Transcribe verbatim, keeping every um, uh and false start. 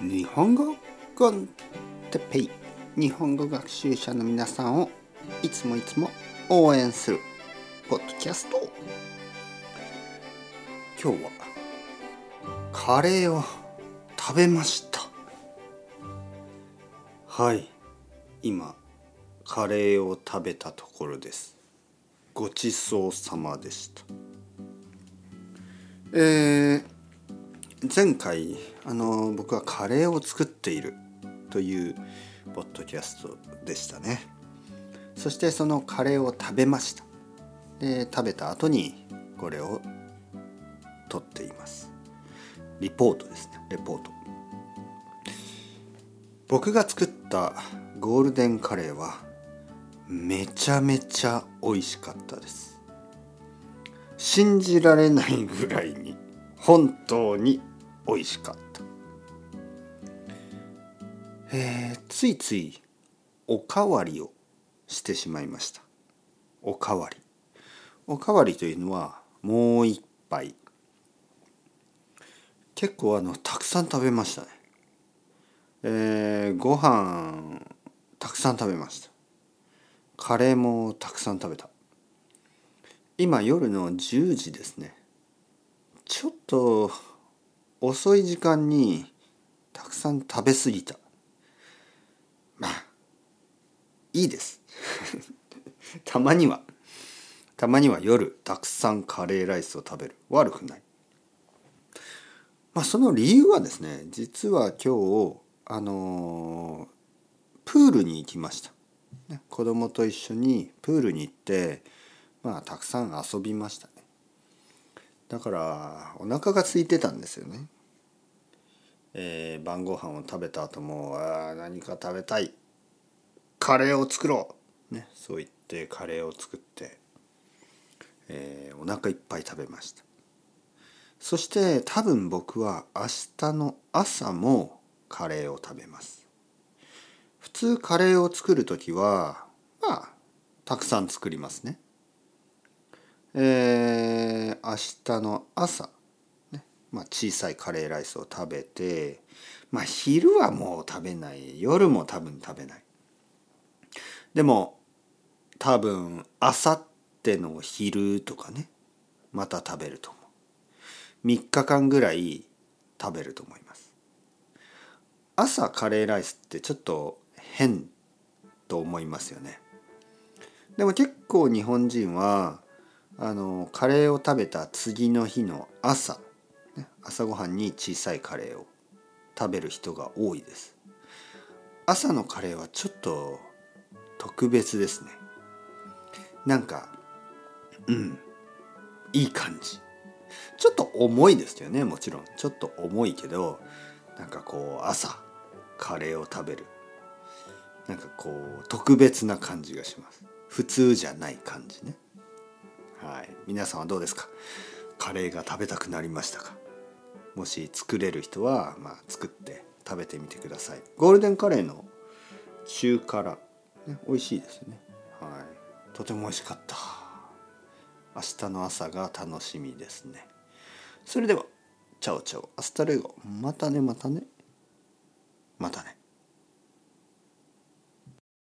日本語コンテッペイ、日本語学習者の皆さんをいつもいつも応援するポッドキャスト。今日はカレーを食べました。はい、今カレーを食べたところです。ごちそうさまでした。えー、前回あの僕はカレーを作っているというポッドキャストでしたね。そしてそのカレーを食べました。で食べた後にこれを撮っています。リポートですね。レポート。僕が作ったゴールデンカレーはめちゃめちゃ美味しかったです。信じられないぐらいに本当に美味しかった。えー、ついついおかわりをしてしまいました。おかわり。おかわりというのはもう一杯。結構あのたくさん食べましたね。えー、ご飯たくさん食べました。カレーもたくさん食べた。今夜のじゅうじですね。ちょっと遅い時間にたくさん食べ過ぎた。まあいいですたまにはたまには夜たくさんカレーライスを食べる。悪くない。まあその理由はですね、実は今日あのー、プールに行きました。子供と一緒にプールに行ってまあたくさん遊びましたね。だからお腹が空いてたんですよね。えー、晩ご飯を食べた後もあ何か食べたい、カレーを作ろう、ね、そう言ってカレーを作って、えー、お腹いっぱい食べました。そして多分僕は明日の朝もカレーを食べます。普通カレーを作るときはまあたくさん作りますね。えー、明日の朝、ね、まあ小さいカレーライスを食べて、まあ昼はもう食べない、夜も多分食べない。でも多分明後日の昼とかね、また食べると思う。みっかかんぐらい食べると思います。朝カレーライスってちょっと変と思いますよね。でも結構日本人はあのカレーを食べた次の日の朝、ね、朝ごはんに小さいカレーを食べる人が多いです。朝のカレーはちょっと特別ですね。なんかうんいい感じ。ちょっと重いですよね。もちろんちょっと重いけど、なんかこう朝カレーを食べる、なんかこう特別な感じがします。普通じゃない感じね。はい、皆さんはどうですか？カレーが食べたくなりましたか？もし作れる人はまあ作って食べてみてください。ゴールデンカレーの中辛、ね、美味しいですね。はい、とても美味しかった。明日の朝が楽しみですね。それではチャオチャオアスタルエゴ、またねまたねまたね。